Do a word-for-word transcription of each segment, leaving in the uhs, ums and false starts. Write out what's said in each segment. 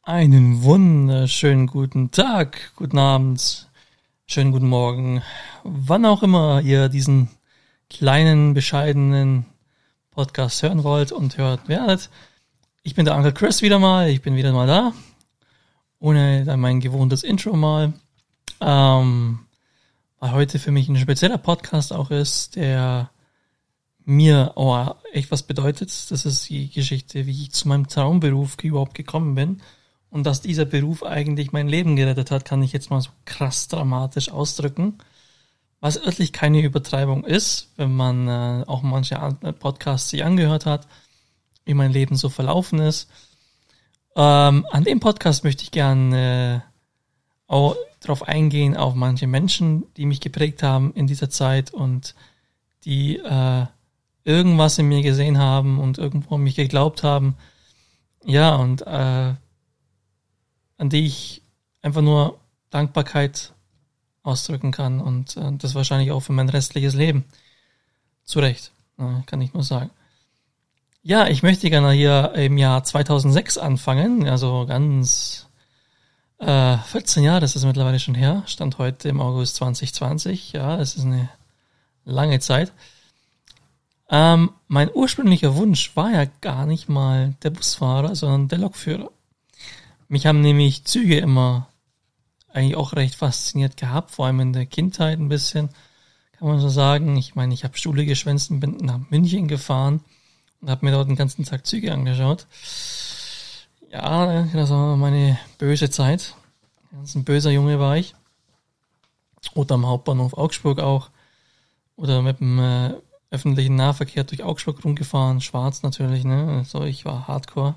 Einen wunderschönen guten Tag, guten Abend, schönen guten Morgen, wann auch immer ihr diesen kleinen, bescheidenen Podcast hören wollt und hört werdet. Ich bin der Uncle Chris wieder mal, ich bin wieder mal da, ohne dann mein gewohntes Intro mal, ähm, weil heute für mich ein spezieller Podcast auch ist, der mir oh, echt was bedeutet. Das ist die Geschichte, wie ich zu meinem Traumberuf überhaupt gekommen bin. Und dass dieser Beruf eigentlich mein Leben gerettet hat, kann ich jetzt mal so krass dramatisch ausdrücken. Was wirklich keine Übertreibung ist, wenn man äh, auch manche Podcasts sich angehört hat, wie mein Leben so verlaufen ist. Ähm, an dem Podcast möchte ich gerne äh, auch darauf eingehen, auf manche Menschen, die mich geprägt haben in dieser Zeit und die äh, irgendwas in mir gesehen haben und irgendwo an mich geglaubt haben. Ja, und äh, an die ich einfach nur Dankbarkeit ausdrücken kann und äh, das wahrscheinlich auch für mein restliches Leben. Zu Recht, äh, kann ich nur sagen. Ja, ich möchte gerne hier im Jahr zweitausendsechs anfangen, also ganz äh, vierzehn Jahre ist es mittlerweile schon her, stand heute im August zwanzig zwanzig, ja, es ist eine lange Zeit. Ähm, mein ursprünglicher Wunsch war ja gar nicht mal der Busfahrer, sondern der Lokführer. Mich haben nämlich Züge immer eigentlich auch recht fasziniert gehabt, vor allem in der Kindheit ein bisschen, kann man so sagen. Ich meine, ich habe Schule geschwänzt und bin nach München gefahren und habe mir dort den ganzen Tag Züge angeschaut. Ja, das war meine böse Zeit. Ganz ein böser Junge war ich. Oder am Hauptbahnhof Augsburg auch. Oder mit dem äh, öffentlichen Nahverkehr durch Augsburg rumgefahren. Schwarz natürlich, ne? Also ich war Hardcore.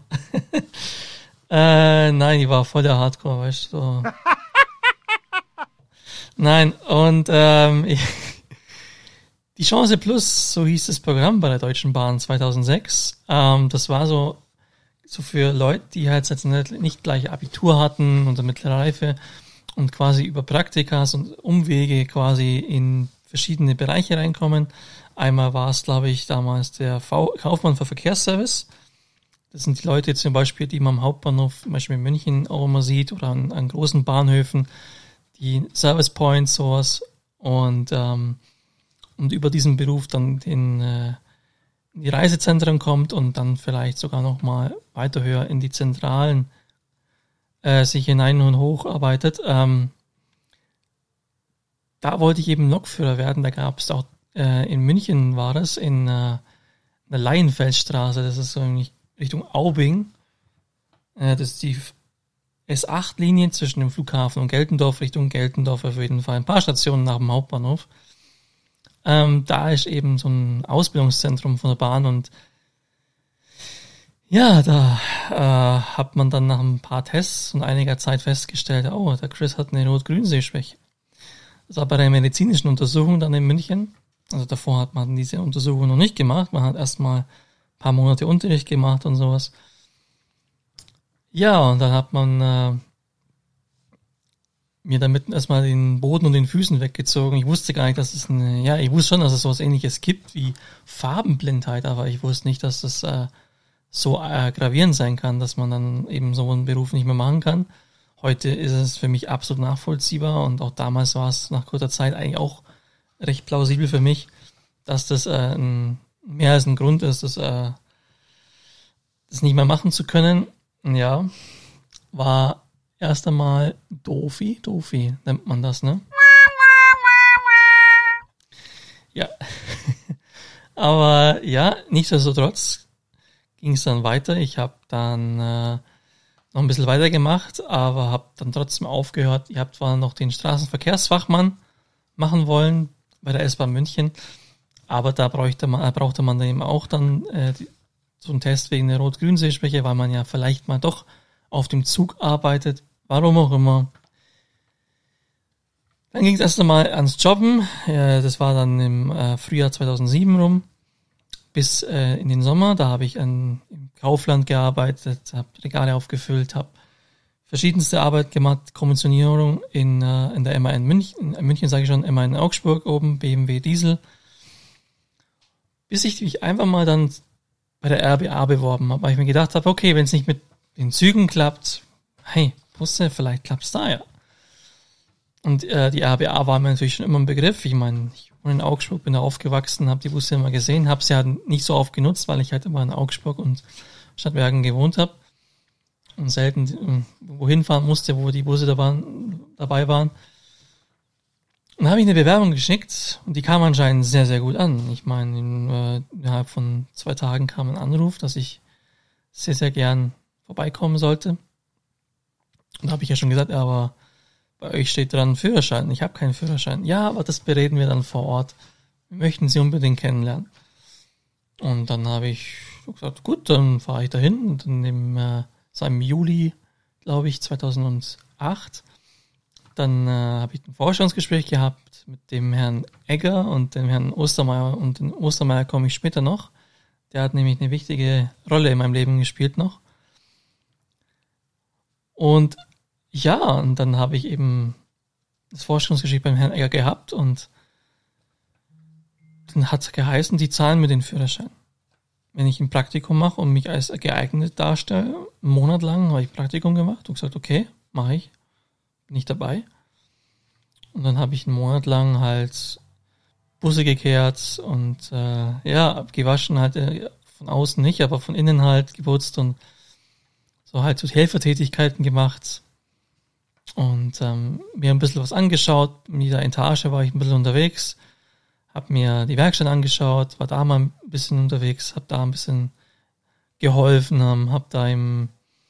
Äh, nein, die war voll der Hardcore, weißt du. So. Nein, und ähm, ich, die Chance Plus, so hieß das Programm bei der Deutschen Bahn zweitausendsechs. Ähm, das war so, so für Leute, die halt jetzt nicht, nicht gleich Abitur hatten und eine mittlere Reife und quasi über Praktikas und Umwege quasi in verschiedene Bereiche reinkommen. Einmal war es, glaube ich, damals der v- Kaufmann für Verkehrsservice. Das sind die Leute zum Beispiel, die man am Hauptbahnhof, zum Beispiel in München auch immer sieht oder an, an großen Bahnhöfen, die Service Points, sowas. Und, ähm, und über diesen Beruf dann in, äh, in die Reisezentren kommt und dann vielleicht sogar nochmal weiter höher in die Zentralen äh, sich hinein und hoch arbeitet. Ähm, da wollte ich eben Lokführer werden. Da gab es auch, äh, in München war es, in, äh, in der Leienfeldstraße, das ist so eigentlich Richtung Aubing. Das ist die S acht Linie zwischen dem Flughafen und Geltendorf, Richtung Geltendorf auf jeden Fall ein paar Stationen nach dem Hauptbahnhof. Ähm, da ist eben so ein Ausbildungszentrum von der Bahn und ja, da äh, hat man dann nach ein paar Tests und einiger Zeit festgestellt, oh, der Chris hat eine Rot-Grün-Sehschwäche. Das war bei der medizinischen Untersuchung dann in München. Also davor hat man diese Untersuchung noch nicht gemacht. Man hat erstmal paar Monate Unterricht gemacht und sowas. Ja, und dann hat man äh, mir damit erstmal den Boden und den Füßen weggezogen. Ich wusste gar nicht, dass es eine, ja, ich wusste schon, dass es sowas Ähnliches gibt wie Farbenblindheit, aber ich wusste nicht, dass das äh, so äh, gravierend sein kann, dass man dann eben so einen Beruf nicht mehr machen kann. Heute ist es für mich absolut nachvollziehbar und auch damals war es nach kurzer Zeit eigentlich auch recht plausibel für mich, dass das äh, ein mehr als ein Grund ist, das, äh, das nicht mehr machen zu können. Ja, war erst einmal doofi, doofi nennt man das, ne? Ja, aber ja, nichtsdestotrotz ging es dann weiter. Ich habe dann äh, noch ein bisschen weitergemacht, aber habe dann trotzdem aufgehört. Ich habe zwar noch den Straßenverkehrsfachmann machen wollen bei der S-Bahn München, aber da brauchte man, brauchte man dann eben auch dann äh, die, so einen Test wegen der Rot-Grün-Sehschwäche, weil man ja vielleicht mal doch auf dem Zug arbeitet, warum auch immer. Dann ging es erst einmal ans Jobben, äh, das war dann im äh, Frühjahr zweitausendsieben rum, bis äh, in den Sommer, da habe ich an, im Kaufland gearbeitet, habe Regale aufgefüllt, habe verschiedenste Arbeit gemacht, Kommissionierung in, äh, in der M A N München, in München sage ich schon, M A N Augsburg oben, B M W Diesel, bis ich mich einfach mal dann bei der R B A beworben habe, weil ich mir gedacht habe, okay, wenn es nicht mit den Zügen klappt, hey, wusste, vielleicht klappt's da ja. Und äh, die R B A war mir natürlich schon immer ein Begriff. Ich meine, ich wohne in Augsburg, bin da aufgewachsen, habe die Busse immer gesehen, habe sie halt nicht so oft genutzt, weil ich halt immer in Augsburg und Stadtwerken gewohnt habe und selten äh, wohin fahren musste, wo die Busse da waren, dabei waren. Und da habe ich eine Bewerbung geschickt und die kam anscheinend sehr, sehr gut an. Ich meine, in, äh, innerhalb von zwei Tagen kam ein Anruf, dass ich sehr, sehr gern vorbeikommen sollte. Und da habe ich ja schon gesagt, ja, aber bei euch steht dran Führerschein. Ich habe keinen Führerschein. Ja, aber das bereden wir dann vor Ort. Wir möchten Sie unbedingt kennenlernen. Und dann habe ich gesagt, gut, dann fahre ich dahin. Und in dem, äh, so im Juli, glaube ich, zweitausendacht. Dann äh, habe ich ein Vorstellungsgespräch gehabt mit dem Herrn Egger und dem Herrn Ostermeier. Und den Ostermeier komme ich später noch. Der hat nämlich eine wichtige Rolle in meinem Leben gespielt noch. Und ja, und dann habe ich eben das Vorstellungsgespräch beim Herrn Egger gehabt und dann hat es geheißen, die zahlen mir den Führerschein. Wenn ich ein Praktikum mache und mich als geeignet darstelle, einen Monat lang habe ich Praktikum gemacht und gesagt, okay, mache ich, bin ich dabei. Und dann habe ich einen Monat lang halt Busse gekehrt und äh, ja, gewaschen halt äh, von außen nicht, aber von innen halt geputzt und so halt so Helfertätigkeiten gemacht. Und ähm, mir ein bisschen was angeschaut. In jeder Etage war ich ein bisschen unterwegs. Hab mir die Werkstatt angeschaut, war da mal ein bisschen unterwegs, hab da ein bisschen geholfen, ähm, hab da im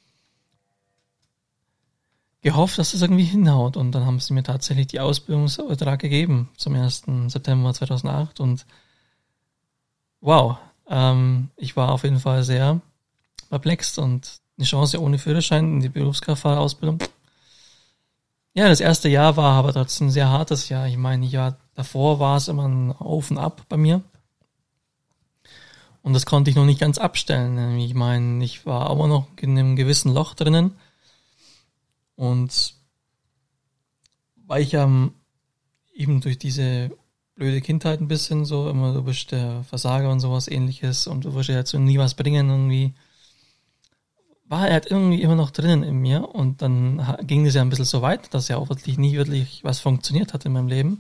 gehofft, dass das irgendwie hinhaut. Und dann haben sie mir tatsächlich die Ausbildungsvertrag gegeben zum ersten September zweitausendacht. Und wow, ähm, ich war auf jeden Fall sehr perplex und eine Chance ohne Führerschein in die Berufskraftfahrerausbildung. Ja, das erste Jahr war aber trotzdem ein sehr hartes Jahr. Ich meine, ja, davor war es immer ein Auf und Ab bei mir. Und das konnte ich noch nicht ganz abstellen. Ich meine, ich war immer noch in einem gewissen Loch drinnen. Und weil ich ähm, eben durch diese blöde Kindheit ein bisschen so, immer du bist der Versager und sowas ähnliches und du wirst ja jetzt so nie was bringen irgendwie, war er halt irgendwie immer noch drinnen in mir und dann ging es ja ein bisschen so weit, dass ja auch wirklich nie wirklich was funktioniert hat in meinem Leben.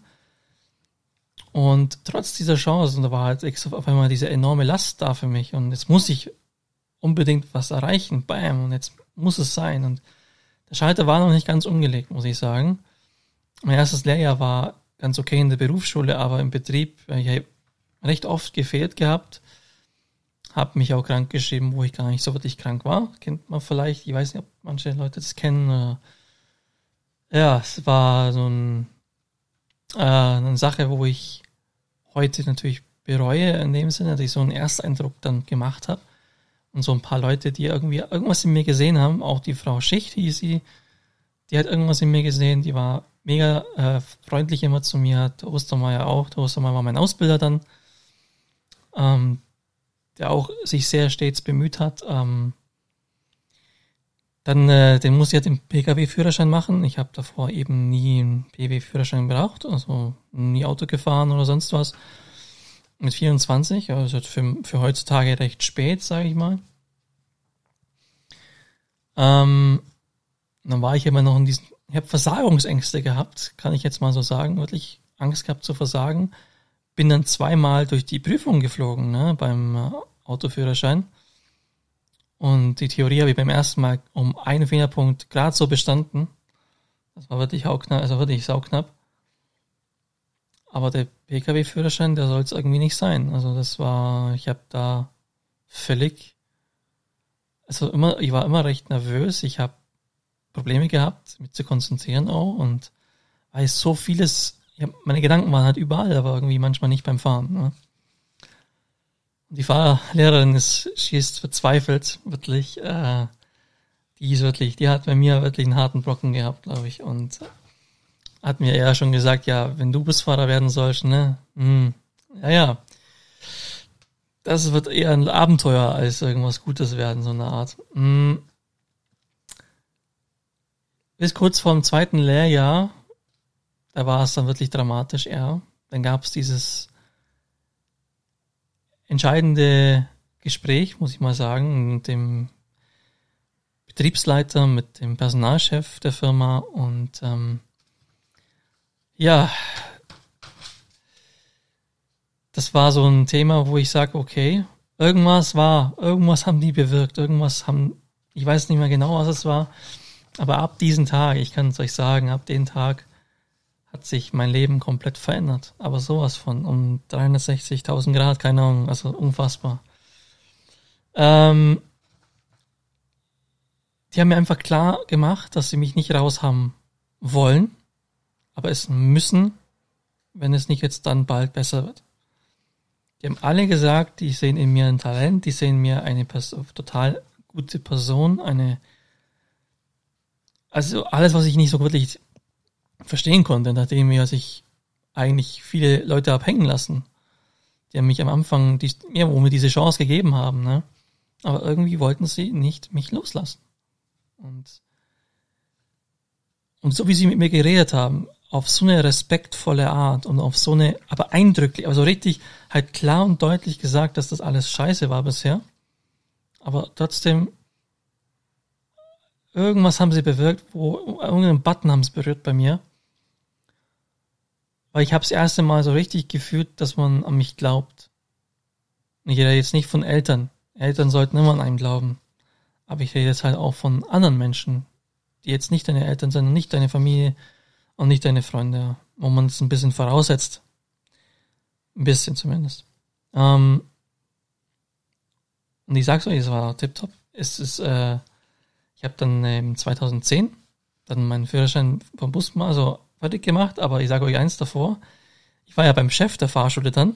Und trotz dieser Chance, und da war halt auf einmal diese enorme Last da für mich und jetzt muss ich unbedingt was erreichen, bam, und jetzt muss es sein. Und der Schalter war noch nicht ganz umgelegt, muss ich sagen. Mein erstes Lehrjahr war ganz okay in der Berufsschule, aber im Betrieb, ich habe recht oft gefehlt gehabt. Habe mich auch krank geschrieben, wo ich gar nicht so wirklich krank war. Kennt man vielleicht, ich weiß nicht, ob manche Leute das kennen. Ja, es war so ein, äh, eine Sache, wo ich heute natürlich bereue, in dem Sinne, dass ich so einen Ersteindruck dann gemacht habe. Und so ein paar Leute, die irgendwie irgendwas in mir gesehen haben, auch die Frau Schicht hieß sie, die hat irgendwas in mir gesehen, die war mega äh, freundlich immer zu mir, der Ostermeier auch, der Ostermeier war mein Ausbilder dann. Ähm, der auch sich sehr stets bemüht hat. Ähm, dann, äh, den muss ich ja den P K W-Führerschein machen. Ich habe davor eben nie einen P K W-Führerschein gebraucht, also nie Auto gefahren oder sonst was. Mit vierundzwanzig, also für, für heutzutage recht spät, sage ich mal. Ähm, dann war ich immer noch in diesen, ich habe Versagungsängste gehabt, kann ich jetzt mal so sagen, wirklich Angst gehabt zu versagen. Bin dann zweimal durch die Prüfung geflogen, ne, beim äh, Autoführerschein. Und die Theorie habe ich beim ersten Mal um einen Fehlerpunkt gerade so bestanden. Das war wirklich hauknapp, also wirklich sauknapp. Aber der P K W-Führerschein, der soll es irgendwie nicht sein. Also das war, ich habe da völlig, also immer, ich war immer recht nervös. Ich habe Probleme gehabt, mich zu konzentrieren auch. Und weil so vieles, ja, meine Gedanken waren halt überall, aber irgendwie manchmal nicht beim Fahren. Ne? Und die Fahrlehrerin ist, sie ist verzweifelt, wirklich. Äh, die ist wirklich, die hat bei mir wirklich einen harten Brocken gehabt, glaube ich. Und hat mir ja schon gesagt, ja, wenn du Busfahrer werden sollst, ne, hm, ja, ja, das wird eher ein Abenteuer als irgendwas Gutes werden, so eine Art. Hm. Bis kurz vor dem zweiten Lehrjahr, da war es dann wirklich dramatisch, ja. Dann gab es dieses entscheidende Gespräch, muss ich mal sagen, mit dem Betriebsleiter, mit dem Personalchef der Firma und ähm, ja, das war so ein Thema, wo ich sage, okay, irgendwas war, irgendwas haben die bewirkt, irgendwas haben, ich weiß nicht mehr genau, was es war, aber ab diesem Tag, ich kann es euch sagen, ab dem Tag hat sich mein Leben komplett verändert, aber sowas von um dreihundertsechzigtausend Grad, keine Ahnung, also unfassbar. Ähm, die haben mir einfach klar gemacht, dass sie mich nicht raus haben wollen, aber es müssen, wenn es nicht jetzt dann bald besser wird. Die haben alle gesagt, die sehen in mir ein Talent, die sehen in mir eine Pers- total gute Person, eine, also alles, was ich nicht so wirklich verstehen konnte, nachdem wir sich eigentlich viele Leute abhängen lassen. Die haben mich am Anfang, die, ja, wo mir diese Chance gegeben haben, ne? Aber irgendwie wollten sie nicht mich loslassen. Und, und so wie sie mit mir geredet haben, auf so eine respektvolle Art und auf so eine, aber eindrücklich, also richtig halt klar und deutlich gesagt, dass das alles scheiße war bisher. Aber trotzdem, irgendwas haben sie bewirkt, wo irgendeinen Button haben sie berührt bei mir. Weil ich habe das erste Mal so richtig gefühlt, dass man an mich glaubt. Und ich rede jetzt nicht von Eltern. Eltern sollten immer an einen glauben. Aber ich rede jetzt halt auch von anderen Menschen, die jetzt nicht deine Eltern sind und nicht deine Familie und nicht deine Freunde, wo man es ein bisschen voraussetzt. Ein bisschen zumindest. Ähm, und ich sag's euch, es war tipptopp. Es ist, äh, ich habe dann ähm, zweitausendzehn dann meinen Führerschein vom Bus mal so fertig gemacht, aber ich sage euch eins davor, ich war ja beim Chef der Fahrschule dann,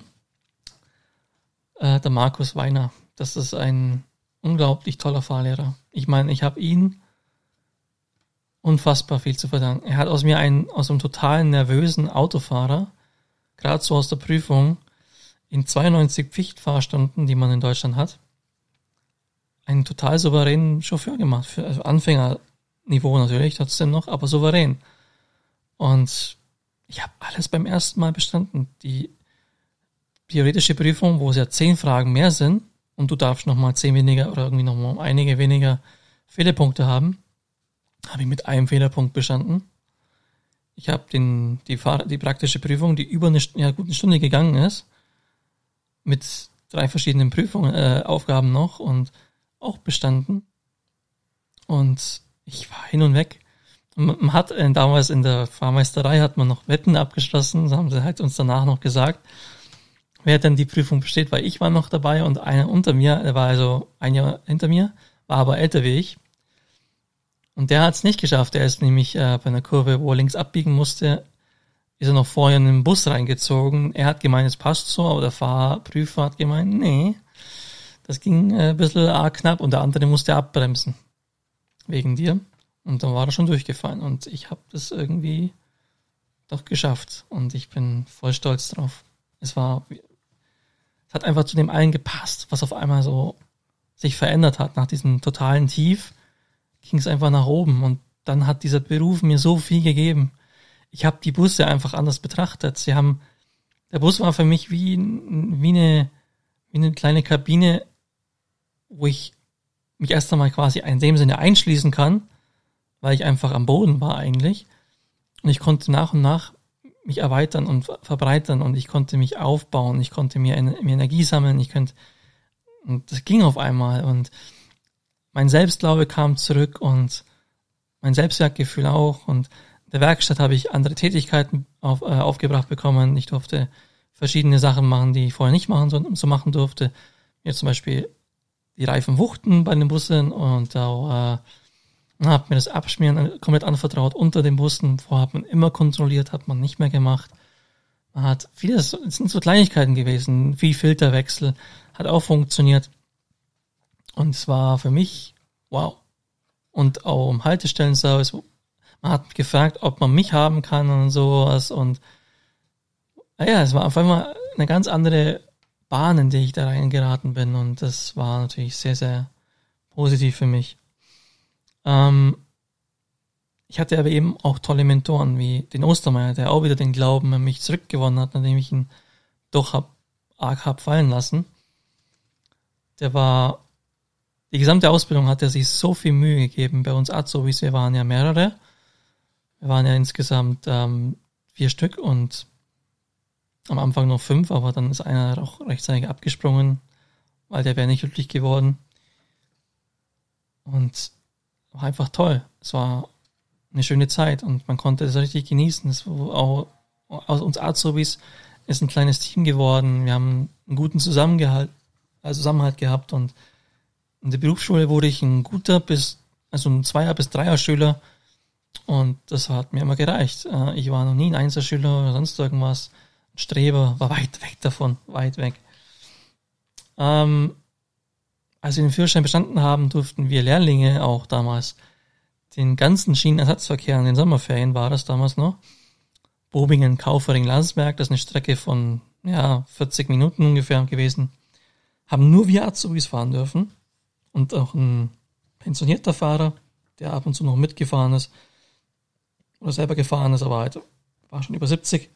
äh, der Markus Weiner. Das ist ein unglaublich toller Fahrlehrer. Ich meine, ich habe ihn unfassbar viel zu verdanken. Er hat aus mir einen, aus einem total nervösen Autofahrer, gerade so aus der Prüfung, in zweiundneunzig Pflichtfahrstunden, die man in Deutschland hat, einen total souveränen Chauffeur gemacht. Für, also Anfängerniveau natürlich, trotzdem noch, aber souverän. Und ich habe alles beim ersten Mal bestanden. Die theoretische Prüfung, wo es ja zehn Fragen mehr sind und du darfst nochmal zehn weniger oder irgendwie nochmal einige weniger Fehlerpunkte haben, habe ich mit einem Fehlerpunkt bestanden. Ich habe den die, Fahr- die praktische Prüfung, die über eine ja, gute Stunde gegangen ist, mit drei verschiedenen Prüfungen, äh, Aufgaben noch und auch bestanden. Und ich war hin und weg. Und man hat äh, damals in der Fahrmeisterei hat man noch Wetten abgeschlossen, das haben sie halt uns danach noch gesagt, wer denn die Prüfung besteht, weil ich war noch dabei und einer unter mir, der war also ein Jahr hinter mir, war aber älter wie ich. Und der hat es nicht geschafft. Der ist nämlich äh, bei einer Kurve, wo er links abbiegen musste, ist er noch vorher in den Bus reingezogen. Er hat gemeint, es passt so, aber der Fahrprüfer hat gemeint, nee, das ging äh, ein bisschen arg knapp und der andere musste abbremsen. Wegen dir. Und dann war er schon durchgefallen. Und ich habe das irgendwie doch geschafft. Und ich bin voll stolz drauf. Es war, es hat einfach zu dem allen gepasst, was auf einmal so sich verändert hat. Nach diesem totalen Tief ging es einfach nach oben und dann hat dieser Beruf mir so viel gegeben. Ich habe die Busse einfach anders betrachtet. Sie haben, der Bus war für mich wie, wie eine, wie eine kleine Kabine, wo ich mich erst einmal quasi in dem Sinne einschließen kann, weil ich einfach am Boden war eigentlich. Und ich konnte nach und nach mich erweitern und verbreitern und ich konnte mich aufbauen. Ich konnte mir, mir Energie sammeln. Ich konnte, und das ging auf einmal und mein Selbstglaube kam zurück und mein Selbstwertgefühl auch. Und in der Werkstatt habe ich andere Tätigkeiten auf, äh, aufgebracht bekommen. Ich durfte verschiedene Sachen machen, die ich vorher nicht machen so, so machen durfte. Mir zum Beispiel die Reifen wuchten bei den Bussen und auch äh, habe mir das Abschmieren komplett anvertraut unter den Bussen. Vorher hat man immer kontrolliert, hat man nicht mehr gemacht. Man hat vieles, es sind so Kleinigkeiten gewesen, wie Filterwechsel, hat auch funktioniert. Und es war für mich, wow. Und auch im Haltestellenservice, man hat gefragt, ob man mich haben kann und sowas. Und naja, es war auf einmal eine ganz andere Bahn, in die ich da reingeraten bin. Und das war natürlich sehr, sehr positiv für mich. Ähm, ich hatte aber eben auch tolle Mentoren, wie den Ostermeier, der auch wieder den Glauben an mich zurückgewonnen hat, nachdem ich ihn doch hab, arg hab fallen lassen. Der war die gesamte Ausbildung hat er sich so viel Mühe gegeben. Bei uns Azubis, wir waren ja mehrere. Wir waren ja insgesamt ähm, vier Stück und am Anfang noch fünf, aber dann ist einer auch rechtzeitig abgesprungen, weil der wäre nicht glücklich geworden. Und war einfach toll. Es war eine schöne Zeit und man konnte es richtig genießen. Es war auch aus uns Azubis ist ein kleines Team geworden. Wir haben einen guten Zusammengehalt, also Zusammenhalt gehabt und in der Berufsschule wurde ich ein guter bis, also ein Zweier- bis Dreier-Schüler und das hat mir immer gereicht. Ich war noch nie ein Einserschüler oder sonst irgendwas. Ein Streber, war weit weg davon, weit weg. Ähm, als wir den Führerschein bestanden haben, durften wir Lehrlinge auch damals den ganzen Schienenersatzverkehr in den Sommerferien war das damals noch. Bobingen, Kaufering, Landsberg, das ist eine Strecke von ja vierzig Minuten ungefähr gewesen. Haben nur wir Azubis fahren dürfen und auch ein pensionierter Fahrer, der ab und zu noch mitgefahren ist oder selber gefahren ist, aber halt war schon über siebzig.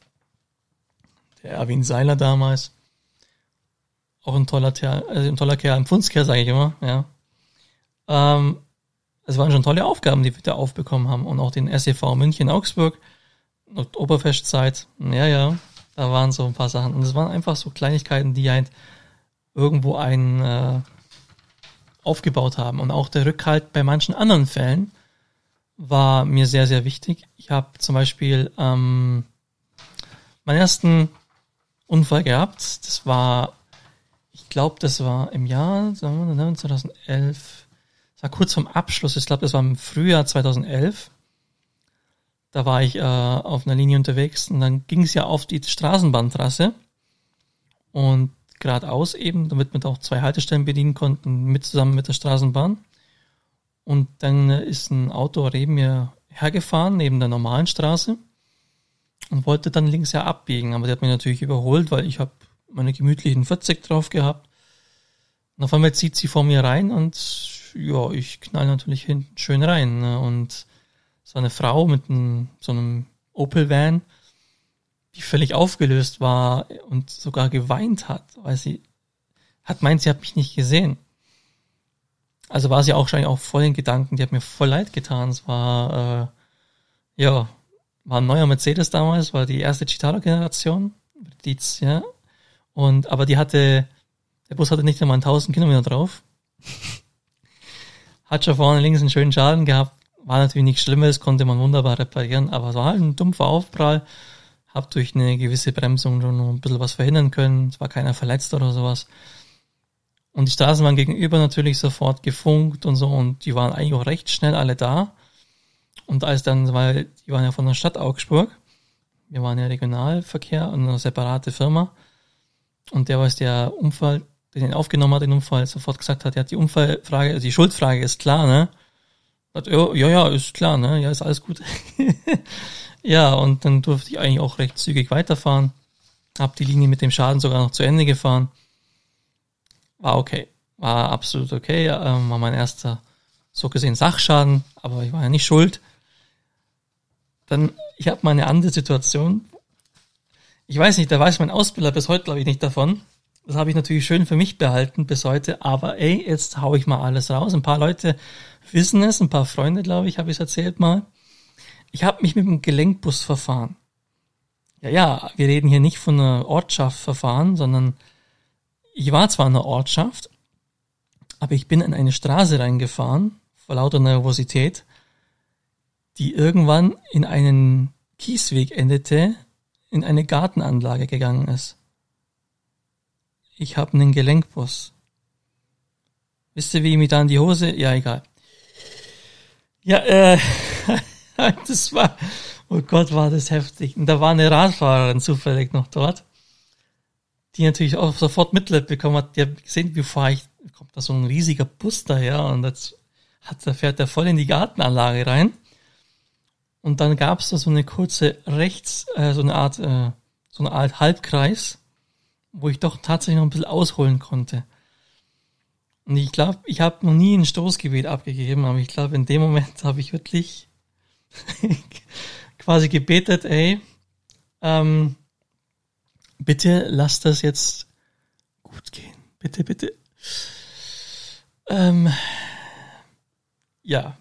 Der Erwin Seiler damals. Auch ein toller Kerl, also ein toller Kerl, ein Pfundskerl, sage ich immer, ja. Ähm, es waren schon tolle Aufgaben, die wir da aufbekommen haben. Und auch den S E V München Augsburg, Oberfestzeit, ja, ja, da waren so ein paar Sachen. Und es waren einfach so Kleinigkeiten, die halt irgendwo einen äh, aufgebaut haben. Und auch der Rückhalt bei manchen anderen Fällen war mir sehr, sehr wichtig. Ich habe zum Beispiel ähm, meinen ersten Unfall gehabt. Das war, ich glaube, das war im Jahr zweitausendelf. Das war kurz vorm Abschluss. Ich glaube, das war im Frühjahr zweitausendelf. Da war ich äh, auf einer Linie unterwegs und dann ging es ja auf die Straßenbahntrasse und geradeaus eben, damit wir auch zwei Haltestellen bedienen konnten, mit zusammen mit der Straßenbahn. Und dann ist ein Auto neben mir hergefahren, neben der normalen Straße und wollte dann links ja abbiegen. Aber der hat mich natürlich überholt, weil ich habe meine gemütlichen vierzig drauf gehabt. Und auf einmal zieht sie vor mir rein und ja, ich knall natürlich hinten schön rein. Ne? Und es war eine Frau mit einem, so einem Opel-Van, die völlig aufgelöst war und sogar geweint hat, weil sie hat meint, sie hat mich nicht gesehen. Also war sie auch wahrscheinlich auch voll in Gedanken, die hat mir voll leid getan. Es war, äh, ja, war ein neuer Mercedes damals, war die erste Citaro-Generation, ja. Und, aber die hatte, der Bus hatte nicht einmal tausend Kilometer drauf. Hat schon vorne links einen schönen Schaden gehabt. War natürlich nichts Schlimmes, konnte man wunderbar reparieren, aber es war halt ein dumpfer Aufprall. Hab durch eine gewisse Bremsung schon noch ein bisschen was verhindern können. Es war keiner verletzt oder sowas. Und die Straßenbahn gegenüber natürlich sofort gefunkt und so und die waren eigentlich auch recht schnell alle da. Und als dann, weil die waren ja von der Stadt Augsburg, wir waren ja Regionalverkehr und eine separate Firma und der, was der Unfall, der den aufgenommen hat, den Unfall, sofort gesagt hat, ja, die Unfallfrage, also die Schuldfrage ist klar, ne? Ja, ja, ist klar, ne? Ja, ist alles gut. Ja, und dann durfte ich eigentlich auch recht zügig weiterfahren. Hab die Linie mit dem Schaden sogar noch zu Ende gefahren. War okay. War absolut okay. Ähm, war mein erster, so gesehen, Sachschaden, aber ich war ja nicht schuld. Dann, ich habe mal eine andere Situation. Ich weiß nicht, da weiß mein Ausbilder bis heute, glaube ich, nicht davon. Das habe ich natürlich schön für mich behalten bis heute, aber ey, jetzt hau ich mal alles raus. Ein paar Leute wissen es, ein paar Freunde, glaube ich, habe ich es erzählt mal. Ich habe mich mit dem Gelenkbus verfahren. Ja, ja, wir reden hier nicht von einer Ortschaft verfahren, sondern ich war zwar in einer Ortschaft, aber ich bin in eine Straße reingefahren, vor lauter Nervosität, die irgendwann in einen Kiesweg endete, in eine Gartenanlage gegangen ist. Ich habe einen Gelenkbus. Wisst ihr, wie ich mich da in die Hose... Ja, egal. Ja, äh... das war... Oh Gott, war das heftig. Und da war eine Radfahrerin zufällig noch dort, die natürlich auch sofort Mitleid bekommen hat. Die hat gesehen, wie fahre ich... Kommt da so ein riesiger Bus daher und jetzt hat, da fährt er voll in die Gartenanlage rein. Und dann gab es da so eine kurze rechts... Äh, so eine Art... Äh, so eine Art Halbkreis, wo ich doch tatsächlich noch ein bisschen ausholen konnte. Und ich glaube, ich habe noch nie ein Stoßgebet abgegeben, aber ich glaube, in dem Moment habe ich wirklich quasi gebetet, ey, ähm, bitte lass das jetzt gut gehen. Bitte, bitte. ähm, ja,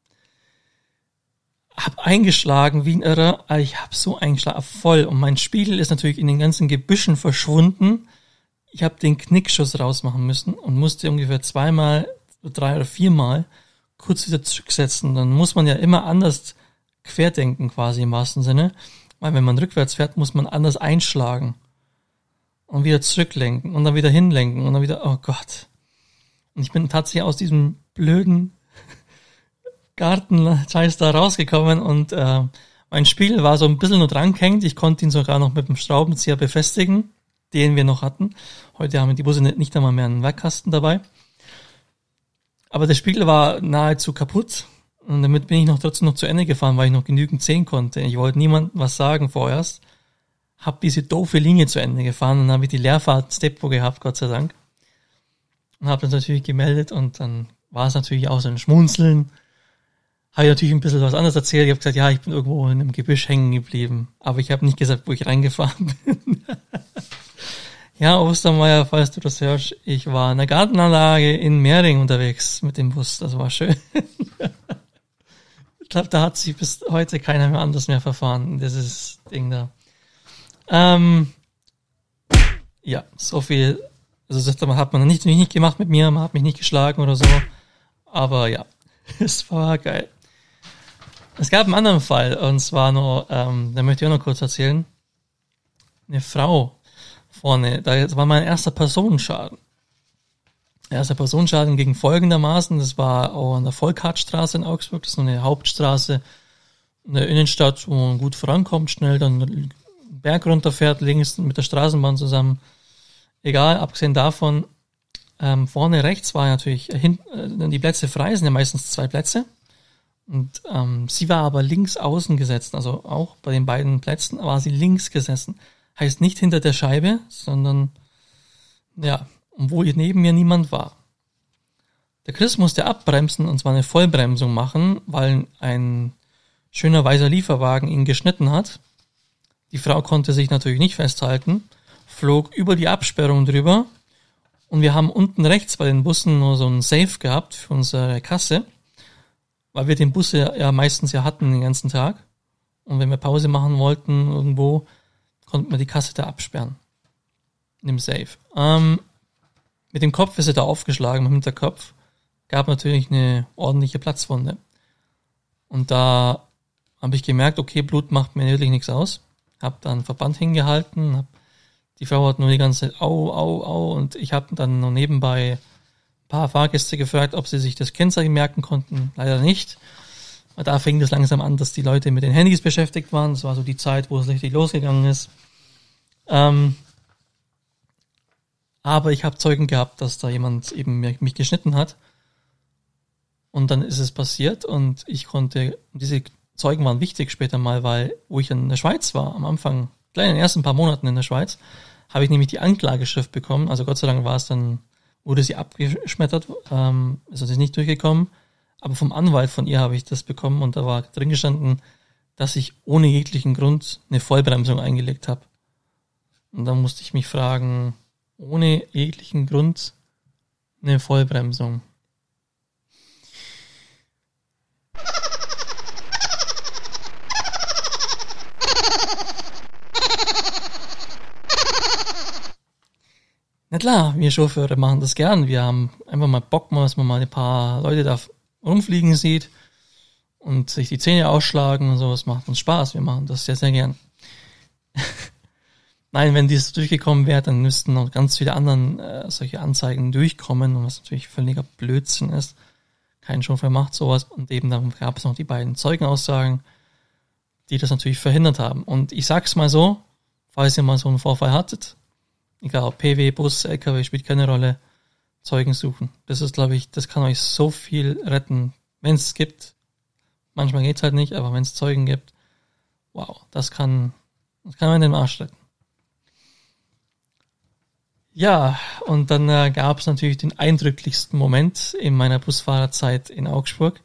hab eingeschlagen wie ein Irrer, ich hab so eingeschlagen, voll, und mein Spiegel ist natürlich in den ganzen Gebüschen verschwunden. Ich habe den Knickschuss rausmachen müssen und musste ungefähr zweimal, drei oder viermal kurz wieder zurücksetzen. Dann muss man ja immer anders querdenken quasi im wahrsten Sinne, weil wenn man rückwärts fährt, muss man anders einschlagen und wieder zurücklenken und dann wieder hinlenken und dann wieder, oh Gott. Und ich bin tatsächlich aus diesem blöden Garten-Scheiß da rausgekommen und äh, mein Spiegel war so ein bisschen nur dran gehängt. Ich konnte ihn sogar noch mit dem Schraubenzieher befestigen, den wir noch hatten. Heute haben die Busse nicht, nicht einmal mehr einen Werkkasten dabei. Aber der Spiegel war nahezu kaputt und damit bin ich noch trotzdem noch zu Ende gefahren, weil ich noch genügend sehen konnte. Ich wollte niemandem was sagen vorerst. Hab diese doofe Linie zu Ende gefahren und dann habe ich die Leerfahrt ins Depot gehabt, Gott sei Dank. Und habe das natürlich gemeldet und dann war es natürlich auch so ein Schmunzeln. Habe ich natürlich ein bisschen was anderes erzählt. Ich habe gesagt, ja, ich bin irgendwo in einem Gebüsch hängen geblieben. Aber ich habe nicht gesagt, wo ich reingefahren bin. Ja, Ostermeier, falls du das hörst, ich war in der Gartenanlage in Mehring unterwegs mit dem Bus. Das war schön. Ich glaube, da hat sich bis heute keiner mehr anders mehr verfahren. Das ist das Ding da. Ähm, ja, so viel. Also das hat man nicht, nicht gemacht mit mir. Man hat mich nicht geschlagen oder so. Aber ja, es war geil. Es gab einen anderen Fall, und zwar nur, ähm, da möchte ich auch noch kurz erzählen. Eine Frau vorne, das war mein erster Personenschaden. Erster Personenschaden ging folgendermaßen, das war auch an der Volkhartstraße in Augsburg, das ist eine Hauptstraße in der Innenstadt, wo man gut vorankommt, schnell dann einen Berg runterfährt, links mit der Straßenbahn zusammen. Egal, abgesehen davon, ähm, vorne rechts war natürlich, hinten, äh, die Plätze frei, sind ja meistens zwei Plätze. Und ähm, sie war aber links außen gesetzt, also auch bei den beiden Plätzen war sie links gesessen. Heißt nicht hinter der Scheibe, sondern ja, wo neben mir niemand war. Der Chris musste abbremsen und zwar eine Vollbremsung machen, weil ein schöner weißer Lieferwagen ihn geschnitten hat. Die Frau konnte sich natürlich nicht festhalten, flog über die Absperrung drüber und wir haben unten rechts bei den Bussen nur so einen Safe gehabt für unsere Kasse, weil wir den Bus ja, ja meistens ja hatten den ganzen Tag. Und wenn wir Pause machen wollten irgendwo, konnten wir die Kasse da absperren. In dem Safe. Ähm, mit dem Kopf ist er da aufgeschlagen, mit dem Hinterkopf. Gab natürlich eine ordentliche Platzwunde. Und da habe ich gemerkt, okay, Blut macht mir wirklich nichts aus. Hab dann Verband hingehalten. Hab, die Frau hat nur die ganze Zeit au, au, au. Und ich habe dann noch nebenbei paar Fahrgäste gefragt, ob sie sich das Kennzeichen merken konnten. Leider nicht. Da fing das langsam an, dass die Leute mit den Handys beschäftigt waren. Das war so die Zeit, wo es richtig losgegangen ist. Ähm, aber ich habe Zeugen gehabt, dass da jemand eben mich geschnitten hat. Und dann ist es passiert und ich konnte, diese Zeugen waren wichtig später mal, weil, wo ich in der Schweiz war, am Anfang, gleich in den ersten paar Monaten in der Schweiz, habe ich nämlich die Anklageschrift bekommen. Also Gott sei Dank war es dann, wurde sie abgeschmettert, ähm, also sie ist nicht durchgekommen, aber vom Anwalt von ihr habe ich das bekommen und da war drin gestanden, dass ich ohne jeglichen Grund eine Vollbremsung eingelegt habe. Und dann musste ich mich fragen, ohne jeglichen Grund eine Vollbremsung. Na klar, wir Chauffeure machen das gern. Wir haben einfach mal Bock, dass man mal ein paar Leute da rumfliegen sieht und sich die Zähne ausschlagen und sowas. Macht uns Spaß. Wir machen das sehr, sehr gern. Nein, wenn dies durchgekommen wäre, dann müssten noch ganz viele anderen äh, solche Anzeigen durchkommen, was natürlich völliger Blödsinn ist. Kein Chauffeur macht sowas. Und eben dann gab es noch die beiden Zeugenaussagen, die das natürlich verhindert haben. Und ich sag's mal so, falls ihr mal so einen Vorfall hattet, egal ob P W, Bus, L K W, spielt keine Rolle, Zeugen suchen. Das ist, glaube ich, das kann euch so viel retten, wenn es gibt. Manchmal geht's halt nicht, aber wenn es Zeugen gibt, wow, das kann, das kann man den Arsch retten. Ja, und dann äh, gab es natürlich den eindrücklichsten Moment in meiner Busfahrerzeit in Augsburg.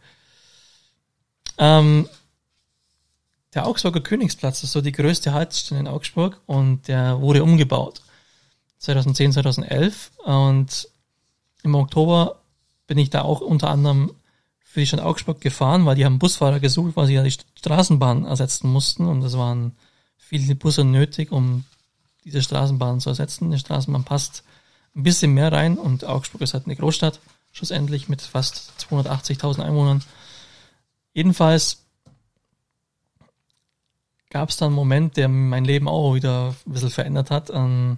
Ähm, der Augsburger Königsplatz ist so die größte Haltestelle in Augsburg und der wurde umgebaut. zwanzig zehn, zwanzig elf und im Oktober bin ich da auch unter anderem für die Stadt Augsburg gefahren, weil die haben Busfahrer gesucht, weil sie ja die Straßenbahn ersetzen mussten und es waren viele Busse nötig, um diese Straßenbahn zu ersetzen. Die Straßenbahn passt ein bisschen mehr rein und Augsburg ist halt eine Großstadt, schlussendlich mit fast zweihundertachtzigtausend Einwohnern. Jedenfalls gab es dann einen Moment, der mein Leben auch wieder ein bisschen verändert hat. Ähm,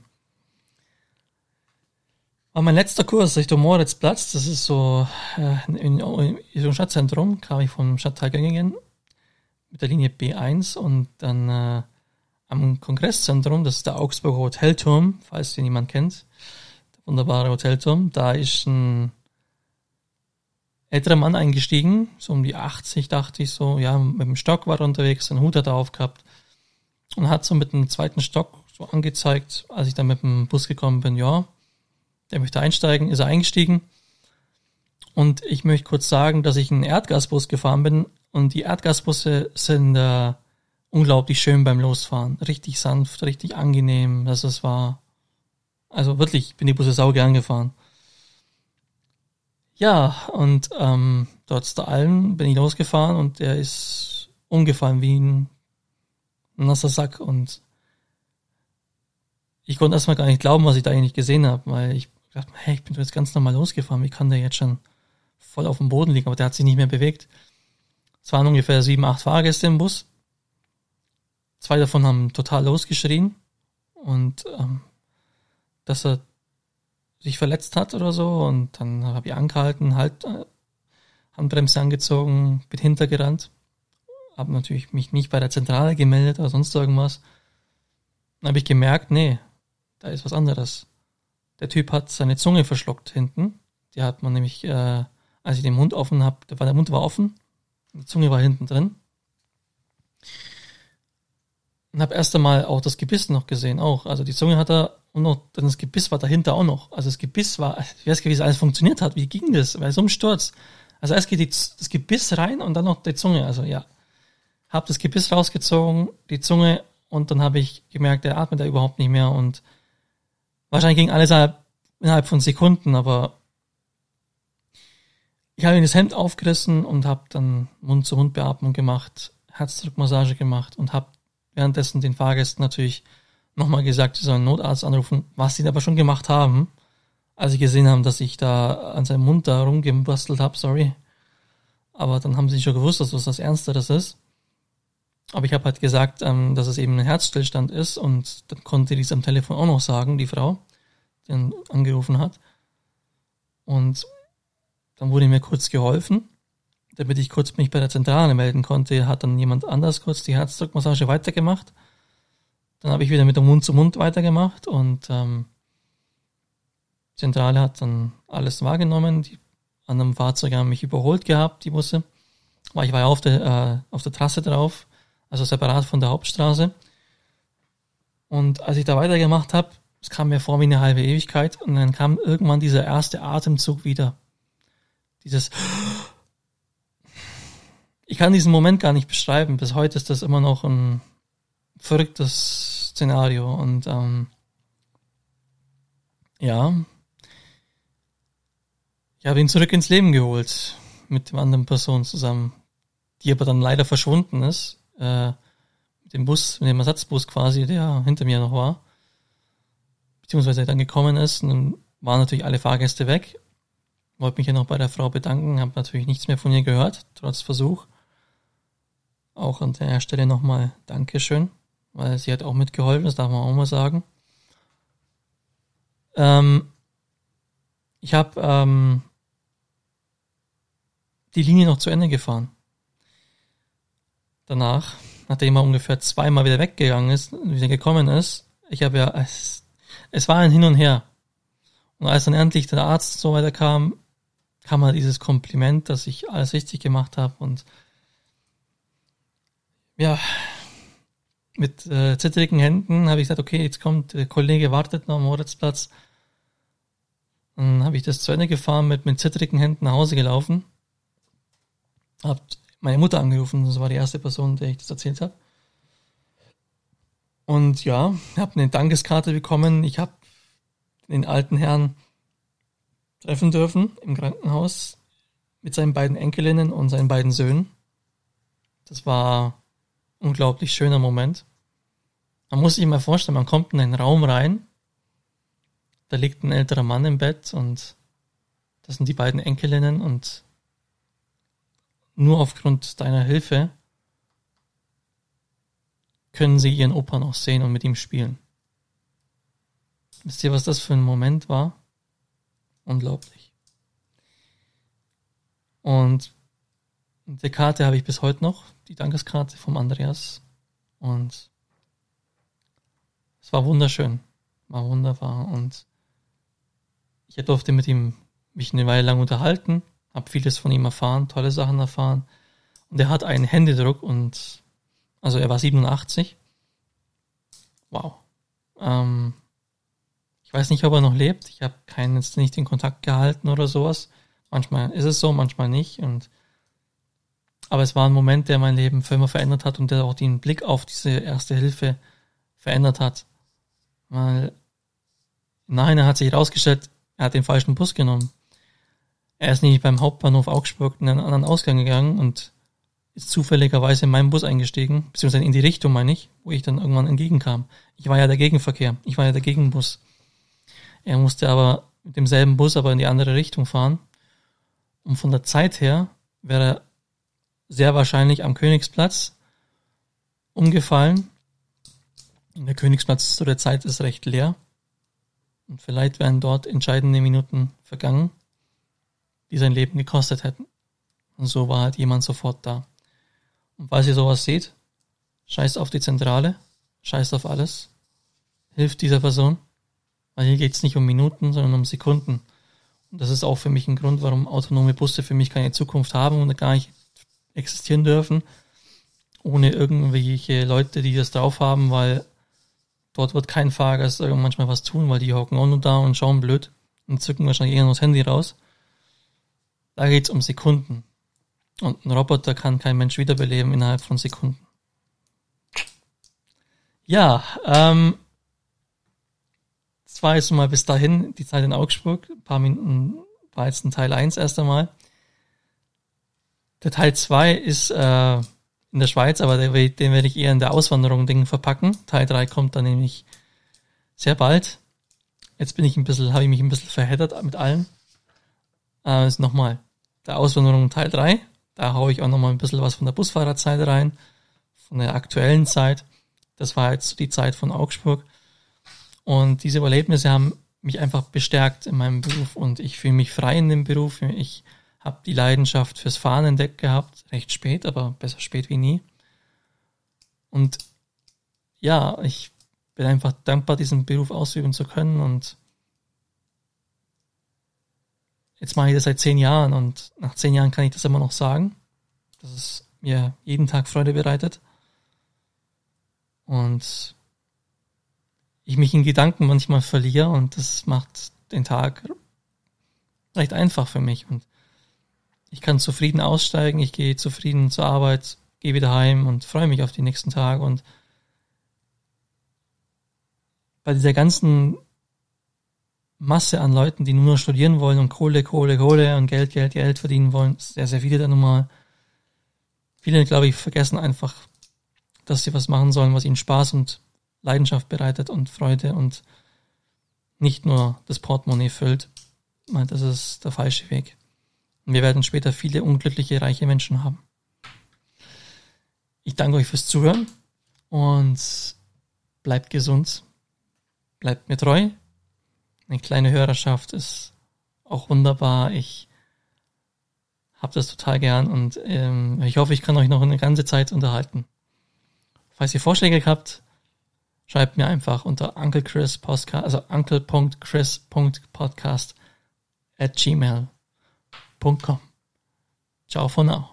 war mein letzter Kurs Richtung Moritzplatz, das ist so äh, in, in, in so Stadtzentrum, kam ich vom Stadtteil Göngingen mit der Linie B eins und dann äh, am Kongresszentrum, das ist der Augsburger Hotelturm, falls den jemand kennt, der wunderbare Hotelturm, da ist ein älterer Mann eingestiegen, so um die achtzig, dachte ich so, ja, mit dem Stock war er unterwegs, einen Hut hat er aufgehabt und hat so mit dem zweiten Stock so angezeigt, als ich dann mit dem Bus gekommen bin, ja, der möchte einsteigen, ist er eingestiegen. Und ich möchte kurz sagen, dass ich einen Erdgasbus gefahren bin und die Erdgasbusse sind äh, unglaublich schön beim Losfahren. Richtig sanft, richtig angenehm. Also es war, also wirklich, ich bin die Busse sau gern gefahren. Ja, und ähm, trotz der Alm bin ich losgefahren und der ist umgefallen wie ein nasser Sack und ich konnte erstmal gar nicht glauben, was ich da eigentlich gesehen habe, weil ich dachte, hey, ich bin doch jetzt ganz normal losgefahren, wie kann der jetzt schon voll auf dem Boden liegen, aber der hat sich nicht mehr bewegt. Es waren ungefähr sieben, acht Fahrgäste im Bus. Zwei davon haben total losgeschrien und ähm, dass er sich verletzt hat oder so und dann habe ich angehalten, halt äh, Handbremse angezogen, bin hintergerannt, habe natürlich mich nicht bei der Zentrale gemeldet oder sonst irgendwas. Dann habe ich gemerkt, nee, da ist was anderes. Der Typ hat seine Zunge verschluckt hinten. Die hat man nämlich, äh, als ich den Mund offen habe, der, der Mund war offen, die Zunge war hinten drin. Und habe erst einmal auch das Gebiss noch gesehen, auch. Also die Zunge hat er und noch, dann das Gebiss war dahinter auch noch. Also das Gebiss war, ich weiß gar nicht, wie es alles funktioniert hat. Wie ging das? Bei so einem Sturz. Also erst geht die, das Gebiss rein und dann noch die Zunge. Also ja, habe das Gebiss rausgezogen, die Zunge und dann habe ich gemerkt, der atmet da überhaupt nicht mehr und wahrscheinlich ging alles innerhalb von Sekunden, aber ich habe ihm das Hemd aufgerissen und habe dann Mund-zu-Mund-Beatmung gemacht, Herzdruckmassage gemacht und habe währenddessen den Fahrgästen natürlich nochmal gesagt, sie sollen einen Notarzt anrufen, was sie aber schon gemacht haben, als sie gesehen haben, dass ich da an seinem Mund da rumgebastelt habe, sorry. Aber dann haben sie schon gewusst, dass das was Ernsteres ist. Aber ich habe halt gesagt, ähm, dass es eben ein Herzstillstand ist und dann konnte die es am Telefon auch noch sagen, die Frau, die dann angerufen hat. Und dann wurde mir kurz geholfen, damit ich kurz mich bei der Zentrale melden konnte, hat dann jemand anders kurz die Herzdruckmassage weitergemacht. Dann habe ich wieder mit dem Mund zu Mund weitergemacht und ähm, die Zentrale hat dann alles wahrgenommen. Die anderen Fahrzeuge haben mich überholt gehabt, die Busse. Weil ich war ja auf der, äh, auf der Trasse drauf, also separat von der Hauptstraße. Und als ich da weitergemacht habe, es kam mir vor wie eine halbe Ewigkeit und dann kam irgendwann dieser erste Atemzug wieder. Dieses Ich kann diesen Moment gar nicht beschreiben. Bis heute ist das immer noch ein verrücktes Szenario und ähm, ja, ich habe ihn zurück ins Leben geholt mit dem anderen Person zusammen, die aber dann leider verschwunden ist, äh, mit dem Bus, mit dem Ersatzbus quasi, der hinter mir noch war, beziehungsweise dann gekommen ist und dann waren natürlich alle Fahrgäste weg. Wollte mich ja noch bei der Frau bedanken, habe natürlich nichts mehr von ihr gehört, trotz Versuch. Auch an der Stelle nochmal Dankeschön, weil sie hat auch mitgeholfen, das darf man auch mal sagen. Ähm, ich habe ähm, die Linie noch zu Ende gefahren. Danach, nachdem er ungefähr zweimal wieder weggegangen ist, wieder gekommen ist, ich habe ja, es, es war ein Hin und Her. Und als dann endlich der Arzt so weiter kam, kam halt dieses Kompliment, dass ich alles richtig gemacht habe und ja, mit äh, zittrigen Händen habe ich gesagt, okay, jetzt kommt, der Kollege wartet noch am Moritzplatz. Dann habe ich das zu Ende gefahren, mit, mit zittrigen Händen nach Hause gelaufen. Habe meine Mutter angerufen, das war die erste Person, der ich das erzählt habe. Und ja, habe eine Dankeskarte bekommen. Ich habe den alten Herrn treffen dürfen im Krankenhaus mit seinen beiden Enkelinnen und seinen beiden Söhnen. Das war ein unglaublich schöner Moment. Man muss sich mal vorstellen, man kommt in einen Raum rein, da liegt ein älterer Mann im Bett und das sind die beiden Enkelinnen und nur aufgrund deiner Hilfe können sie ihren Opa noch sehen und mit ihm spielen. Wisst ihr, was das für ein Moment war? Unglaublich. Und die Karte habe ich bis heute noch, die Dankeskarte vom Andreas. Und es war wunderschön, war wunderbar. Und ich durfte mit ihm mich eine Weile lang unterhalten, habe vieles von ihm erfahren, tolle Sachen erfahren. Und er hat einen Händedruck und, also er war siebenundachtzig. Wow. Ähm, ich weiß nicht, ob er noch lebt. Ich habe keinen, jetzt nicht den Kontakt gehalten oder sowas. Manchmal ist es so, manchmal nicht. Und aber es war ein Moment, der mein Leben für immer verändert hat und der auch den Blick auf diese Erste Hilfe verändert hat. Weil im Nachhinein hat sich herausgestellt, er hat den falschen Bus genommen. Er ist nämlich beim Hauptbahnhof Augsburg in einen anderen Ausgang gegangen und ist zufälligerweise in meinen Bus eingestiegen, beziehungsweise in die Richtung, meine ich, wo ich dann irgendwann entgegenkam. Ich war ja der Gegenverkehr, ich war ja der Gegenbus. Er musste aber mit demselben Bus aber in die andere Richtung fahren. Und von der Zeit her wäre er sehr wahrscheinlich am Königsplatz umgefallen. Und der Königsplatz zu der Zeit ist recht leer. Und vielleicht wären dort entscheidende Minuten vergangen, die sein Leben gekostet hätten. Und so war halt jemand sofort da. Und falls ihr sowas seht, scheißt auf die Zentrale, scheißt auf alles, hilft dieser Person, weil hier geht es nicht um Minuten, sondern um Sekunden. Und das ist auch für mich ein Grund, warum autonome Busse für mich keine Zukunft haben und gar nicht existieren dürfen, ohne irgendwelche Leute, die das drauf haben, weil dort wird kein Fahrgast manchmal was tun, weil die hocken auch nur da und schauen blöd und zücken wahrscheinlich eher noch das Handy raus. Da geht es um Sekunden. Und ein Roboter kann kein Mensch wiederbeleben innerhalb von Sekunden. Ja, ähm, das war jetzt mal bis dahin die Zeit in Augsburg. Ein paar Minuten war jetzt ein Teil eins erst einmal. Der Teil zwei ist äh, in der Schweiz, aber den, den werde ich eher in der Auswanderung Dingen verpacken. Teil drei kommt dann nämlich sehr bald. Jetzt bin ich ein bisschen, habe ich mich ein bisschen verheddert mit allem. Äh, ist nochmal der Auswanderung Teil drei. Da haue ich auch nochmal ein bisschen was von der Busfahrerzeit rein, von der aktuellen Zeit. Das war jetzt die Zeit von Augsburg. Und diese Erlebnisse haben mich einfach bestärkt in meinem Beruf und ich fühle mich frei in dem Beruf. Ich habe die Leidenschaft fürs Fahren entdeckt gehabt, recht spät, aber besser spät wie nie. Und ja, ich bin einfach dankbar, diesen Beruf ausüben zu können und jetzt mache ich das seit zehn Jahren und nach zehn Jahren kann ich das immer noch sagen, dass es mir jeden Tag Freude bereitet. Und ich mich in Gedanken manchmal verliere und das macht den Tag recht einfach für mich. Und ich kann zufrieden aussteigen, ich gehe zufrieden zur Arbeit, gehe wieder heim und freue mich auf die nächsten Tage. Und bei dieser ganzen Masse an Leuten, die nur studieren wollen und Kohle, Kohle, Kohle und Geld, Geld, Geld verdienen wollen, sehr, sehr viele da nun mal. Viele, glaube ich, vergessen einfach, dass sie was machen sollen, was ihnen Spaß und Leidenschaft bereitet und Freude und nicht nur das Portemonnaie füllt. Das ist der falsche Weg. Und wir werden später viele unglückliche, reiche Menschen haben. Ich danke euch fürs Zuhören und bleibt gesund, bleibt mir treu. Eine kleine Hörerschaft ist auch wunderbar. Ich habe das total gern und ähm, ich hoffe, ich kann euch noch eine ganze Zeit unterhalten. Falls ihr Vorschläge habt, schreibt mir einfach unter Uncle Chris Podcast, also uncle punkt chris punkt podcast at gmail punkt com. Ciao for now.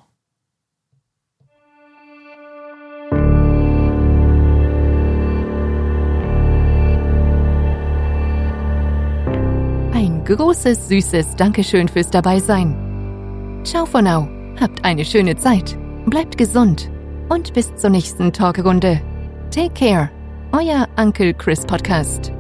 Ein großes, süßes Dankeschön fürs Dabeisein. Ciao for now. Habt eine schöne Zeit. Bleibt gesund. Und bis zur nächsten Talkrunde. Take care. Euer Uncle Chris Podcast.